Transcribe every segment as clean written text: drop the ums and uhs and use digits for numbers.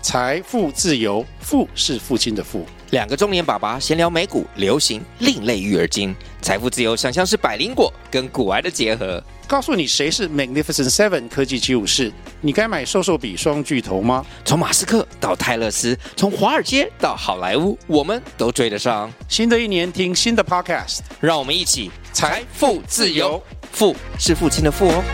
财富自由，富是父亲的富。 两个中年爸爸闲聊美股、流行、另类育儿经，财富自由想象是百灵果跟股癌的结合。 告诉你谁是 Magnificent Seven 科技75士，你该买瘦瘦比双巨头吗？ 从马斯克到泰勒斯，从华尔街到好莱坞，我们都追得上。 新的一年听新的 Podcast， 让我们一起财富自由， 富是父亲的富哦。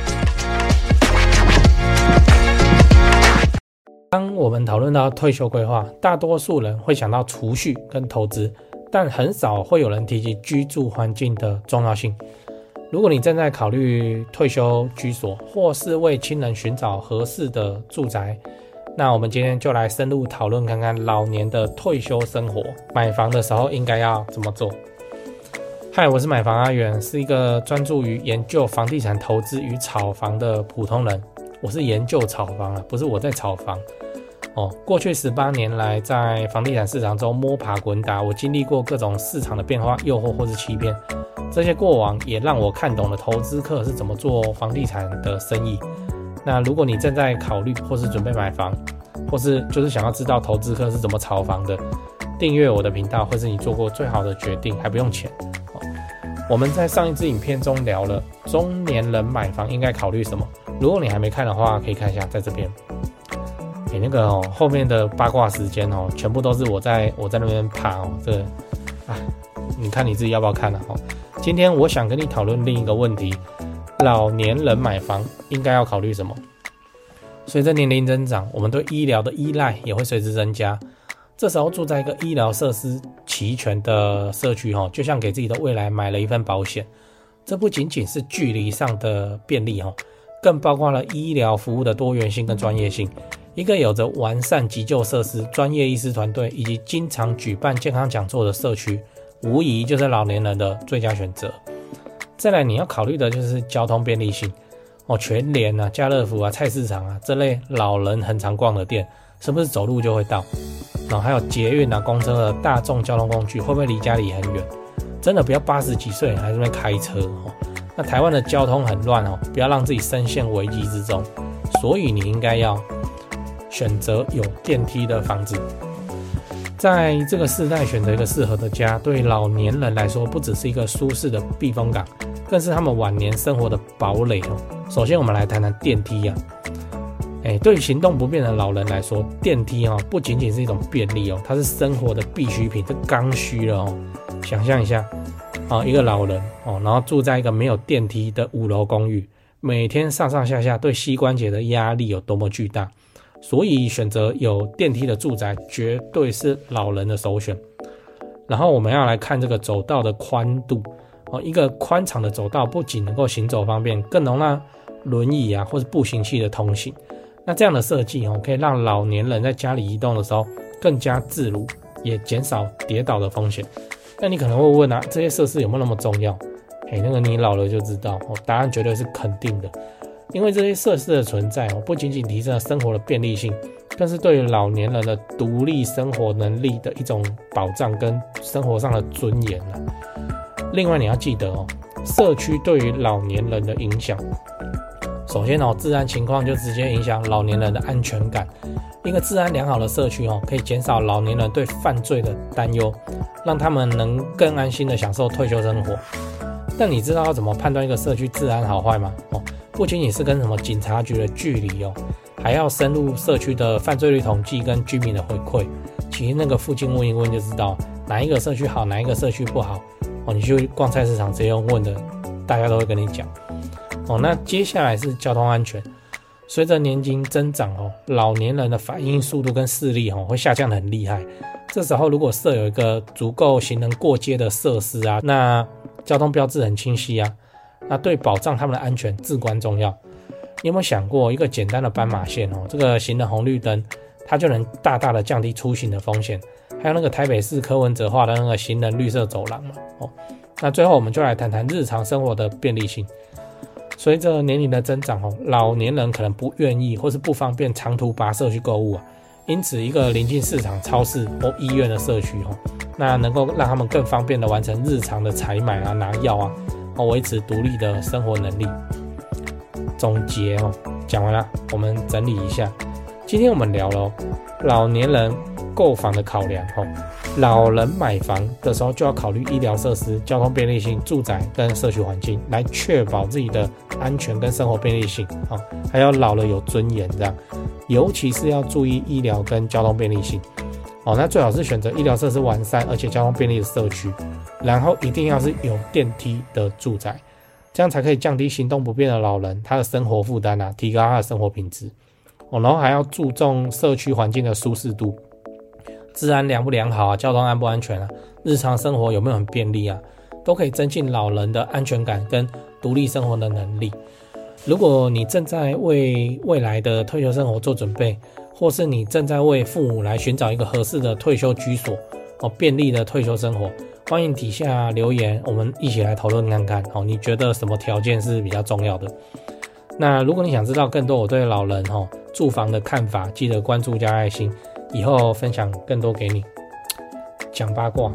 当我们讨论到退休规划，大多数人会想到储蓄跟投资，但很少会有人提及居住环境的重要性。如果你正在考虑退休居所，或是为亲人寻找合适的住宅，那我们今天就来深入讨论看看老年的退休生活，买房的时候应该要怎么做。嗨，我是买房阿元，是一个专注于研究房地产投资与炒房的普通人。我是研究炒房不是我在炒房。过去18年来，在房地产市场中摸爬滚打，我经历过各种市场的变化、诱惑或是欺骗。这些过往也让我看懂了投资客是怎么做房地产的生意。那如果你正在考虑或是准备买房，或是就是想要知道投资客是怎么炒房的，订阅我的频道会是你做过最好的决定，还不用钱。我们在上一支影片中聊了中年人买房应该考虑什么，如果你还没看的话，可以看一下，在这边。后面的八卦时间全部都是我在那边爬你看你自己要不要看今天我想跟你讨论另一个问题，老年人买房应该要考虑什么？随着年龄增长，我们对医疗的依赖也会随之增加。这时候住在一个医疗设施齐全的社区就像给自己的未来买了一份保险。这不仅仅是距离上的便利更包括了医疗服务的多元性跟专业性。一个有着完善急救设施、专业医师团队以及经常举办健康讲座的社区，无疑就是老年人的最佳选择。再来你要考虑的就是交通便利性全联家乐福菜市场这类老人很常逛的店，是不是走路就会到？然后还有捷运公车的大众交通工具会不会离家里很远？真的不要80几岁还在那边开车那台湾的交通很乱不要让自己深陷危机之中。所以你应该要选择有电梯的房子。在这个世代选择一个适合的家，对老年人来说不只是一个舒适的避风港，更是他们晚年生活的堡垒首先我们来谈谈电梯对于行动不便的老人来说，电梯不仅仅是一种便利它是生活的必需品，这刚需了想象一下一个老人然后住在一个没有电梯的5楼公寓，每天上上下下对膝关节的压力有多么巨大。所以选择有电梯的住宅绝对是老人的首选。然后我们要来看这个走道的宽度一个宽敞的走道不仅能够行走方便，更能让轮椅或是步行器的通行。那这样的设计可以让老年人在家里移动的时候更加自如，也减少跌倒的风险。那你可能会问这些设施有没有那么重要？你老了就知道答案绝对是肯定的。因为这些设施的存在不仅仅提升了生活的便利性，更是对于老年人的独立生活能力的一种保障跟生活上的尊严另外你要记得社区对于老年人的影响。首先治安情况就直接影响老年人的安全感。一个治安良好的社区可以减少老年人对犯罪的担忧，让他们能更安心的享受退休生活。但你知道要怎么判断一个社区治安好坏吗？不仅仅是跟什么警察局的距离还要深入社区的犯罪率统计跟居民的回馈。其实那个附近问一问就知道哪一个社区好，哪一个社区不好你去逛菜市场直接用问的，大家都会跟你讲那接下来是交通安全。随着年龄增长老年人的反应速度跟视力会下降得很厉害。这时候如果设有一个足够行人过街的设施那交通标志很清晰那对保障他们的安全至关重要。你有没有想过，一个简单的斑马线这个行人红绿灯，它就能大大的降低出行的风险。还有那个台北市柯文哲画的那个行人绿色走廊那最后我们就来谈谈日常生活的便利性。随着年龄的增长老年人可能不愿意或是不方便长途跋涉去购物因此一个临近市场、超市或医院的社区那能够让他们更方便的完成日常的采买拿药维持独立的生活能力。总结讲完了，我们整理一下。其今天我们聊了老年人购房的考量老人买房的时候就要考虑医疗设施、交通便利性、住宅跟社区环境，来确保自己的安全跟生活便利性还要老了有尊严这样，尤其是要注意医疗跟交通便利性那最好是选择医疗设施完善而且交通便利的社区，然后一定要是有电梯的住宅，这样才可以降低行动不便的老人他的生活负担提高他的生活品质然后还要注重社区环境的舒适度，治安良不良好交通安不安全日常生活有没有很便利都可以增进老人的安全感跟独立生活的能力。如果你正在为未来的退休生活做准备，或是你正在为父母来寻找一个合适的退休居所便利的退休生活，欢迎底下留言，我们一起来讨论看看你觉得什么条件是比较重要的。那如果你想知道更多我对老人住房的看法，记得关注加爱心，以后分享更多给你。讲八卦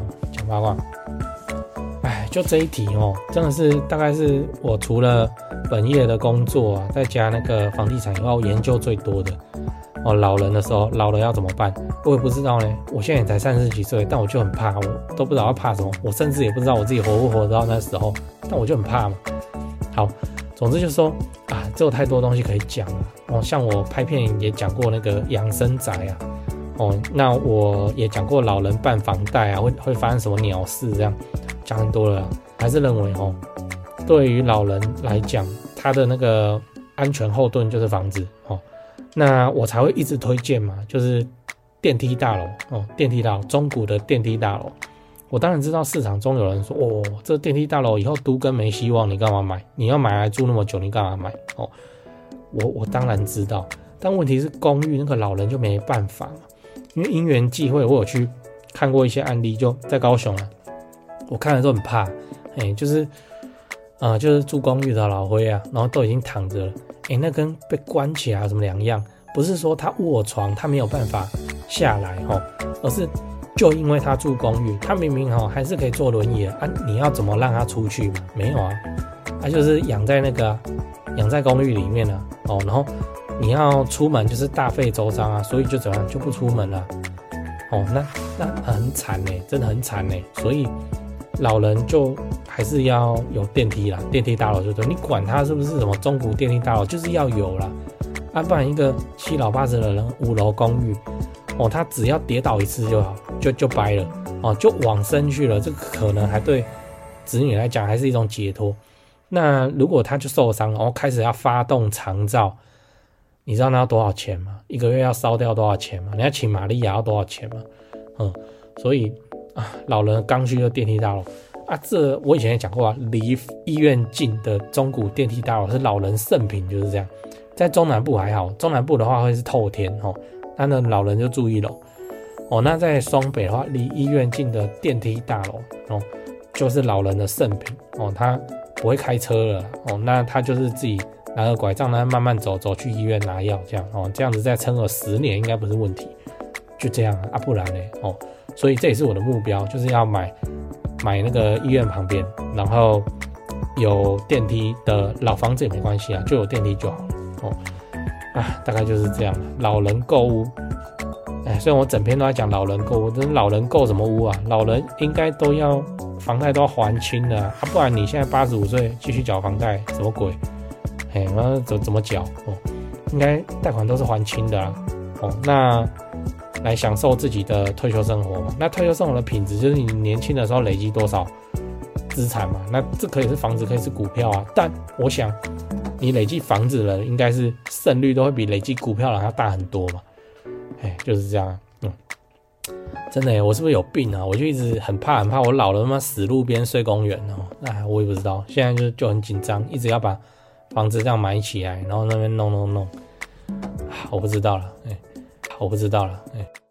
就这一题真的是大概是我除了本业的工作再加那个房地产以外，我研究最多的老人的时候，老了要怎么办？我也不知道呢。我现在也才30几岁，但我就很怕，我都不知道要怕什么。我甚至也不知道我自己活不活得到那时候，但我就很怕嘛。好，总之就是说这有太多东西可以讲了像我拍片也讲过那个养生宅那我也讲过老人办房贷会发生什么鸟事，这样讲很多了。还是认为对于老人来讲，他的那个安全后盾就是房子那我才会一直推荐嘛，就是电梯大楼电梯大楼，中古的电梯大楼。我当然知道市场中有人说这电梯大楼以后都更没希望，你干嘛买？你要买来住那么久，你干嘛买我当然知道，但问题是公寓那个老人就没办法嘛。因为因缘际会，我有去看过一些案例，就在高雄我看了都很怕就是住公寓的老灰然后都已经躺着了那跟被关起来有什么两样？不是说他卧床他没有办法下来而是就因为他住公寓，他明明还是可以坐轮椅你要怎么让他出去嘛？没有他就是养在公寓里面然后你要出门就是大费周章所以就怎么样就不出门了那很惨真的很惨所以老人就还是要有电梯啦，电梯大楼就对，你管他是不是什么中古电梯大楼，就是要有啦不然一个7老80的人5楼公寓他只要跌倒一次就好，就掰了就往生去了，这个可能还对子女来讲还是一种解脱。那如果他就受伤开始要发动长照，你知道那要多少钱吗？一个月要烧掉多少钱吗？你要请玛利亚要多少钱吗？所以老人刚需的电梯大楼这我以前也讲过离医院近的中古电梯大楼是老人圣品，就是这样。在中南部还好，中南部的话会是透天那老人就住1楼那在双北的话，离医院近的电梯大楼就是老人的圣品他不会开车了那他就是自己拿个拐杖慢慢走去医院拿药，这样子再撑个10年应该不是问题。就这样不然呢所以这也是我的目标，就是要买那个医院旁边，然后有电梯的老房子也没关系就有电梯就好了大概就是这样。老人购屋虽然我整篇都在讲老人购屋，但是老人购什么屋老人应该都要房贷都要还清的不然你现在85岁继续缴房贷什么鬼怎么缴应该贷款都是还清的那来享受自己的退休生活嘛。那退休生活的品质就是你年轻的时候累积多少资产嘛，那这可以是房子可以是股票但我想你累积房子的人应该是胜率都会比累积股票的人要大很多嘛。就是这样真的我是不是有病我就一直很怕我老了死路边睡公园我也不知道，现在就很紧张，一直要把房子这样买起来，然后那边弄我不知道了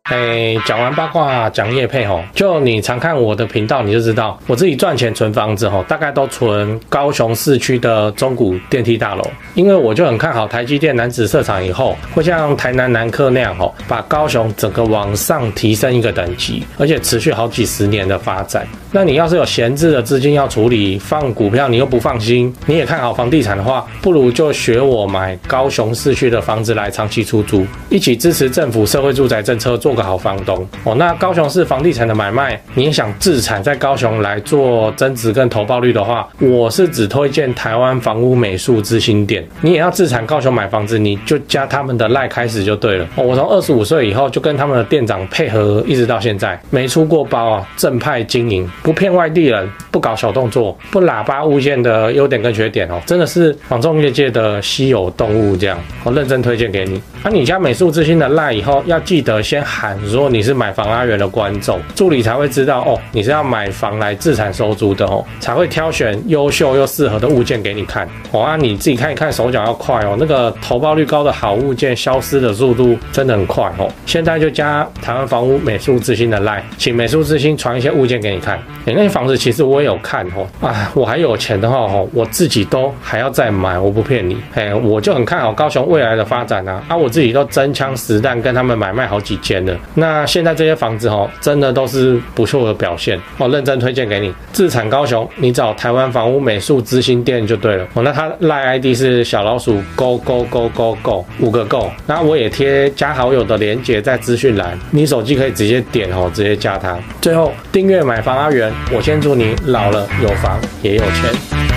讲完八卦讲业配吼，就你常看我的频道，你就知道我自己赚钱存房子吼，大概都存高雄市区的中古电梯大楼，因为我就很看好台积电楠梓设厂以后，会像台南南科那样吼，把高雄整个往上提升一个等级，而且持续好几十年的发展。那你要是有闲置的资金要处理，放股票你又不放心，你也看好房地产的话，不如就学我买高雄市区的房子来长期出租，一起支持政府社会住宅政策，做个好房东哦。那高雄市房地产的买卖，你也想自产在高雄来做增值跟投报率的话，我是只推荐台湾房屋美术之星店。你也要自产高雄买房子，你就加他们的赖开始就对了哦。我从25岁以后就跟他们的店长配合，一直到现在没出过包啊，正派经营，不骗外地人，不搞小动作，不喇叭物件的优点跟缺点哦，真的是房仲业界的稀有动物这样，我认真推荐给你。你加美术之星的赖以后，要记得先喊说你是买房阿元的观众，助理才会知道哦，你是要买房来自产收租的哦，才会挑选优秀又适合的物件给你看哦。你自己看一看，手脚要快哦，那个投报率高的好物件消失的速度真的很快哦。现在就加台湾房屋美术之星的赖，请美术之星传一些物件给你看。那些房子其实我也有看哦，我还有钱的话哦，我自己都还要再买，我不骗你。我就很看好高雄未来的发展啊，我自己都真枪实弹跟他们买卖好几间了。那现在这些房子哦，真的都是不错的表现哦，认真推荐给你。自产高雄，你找台湾房屋美术之星店就对了哦。那他赖 ID 是小老鼠 go 5个 go。那我也贴加好友的连结在资讯栏，你手机可以直接点哦，直接加他。最后订阅买房阿元，我先祝你老了有房也有钱。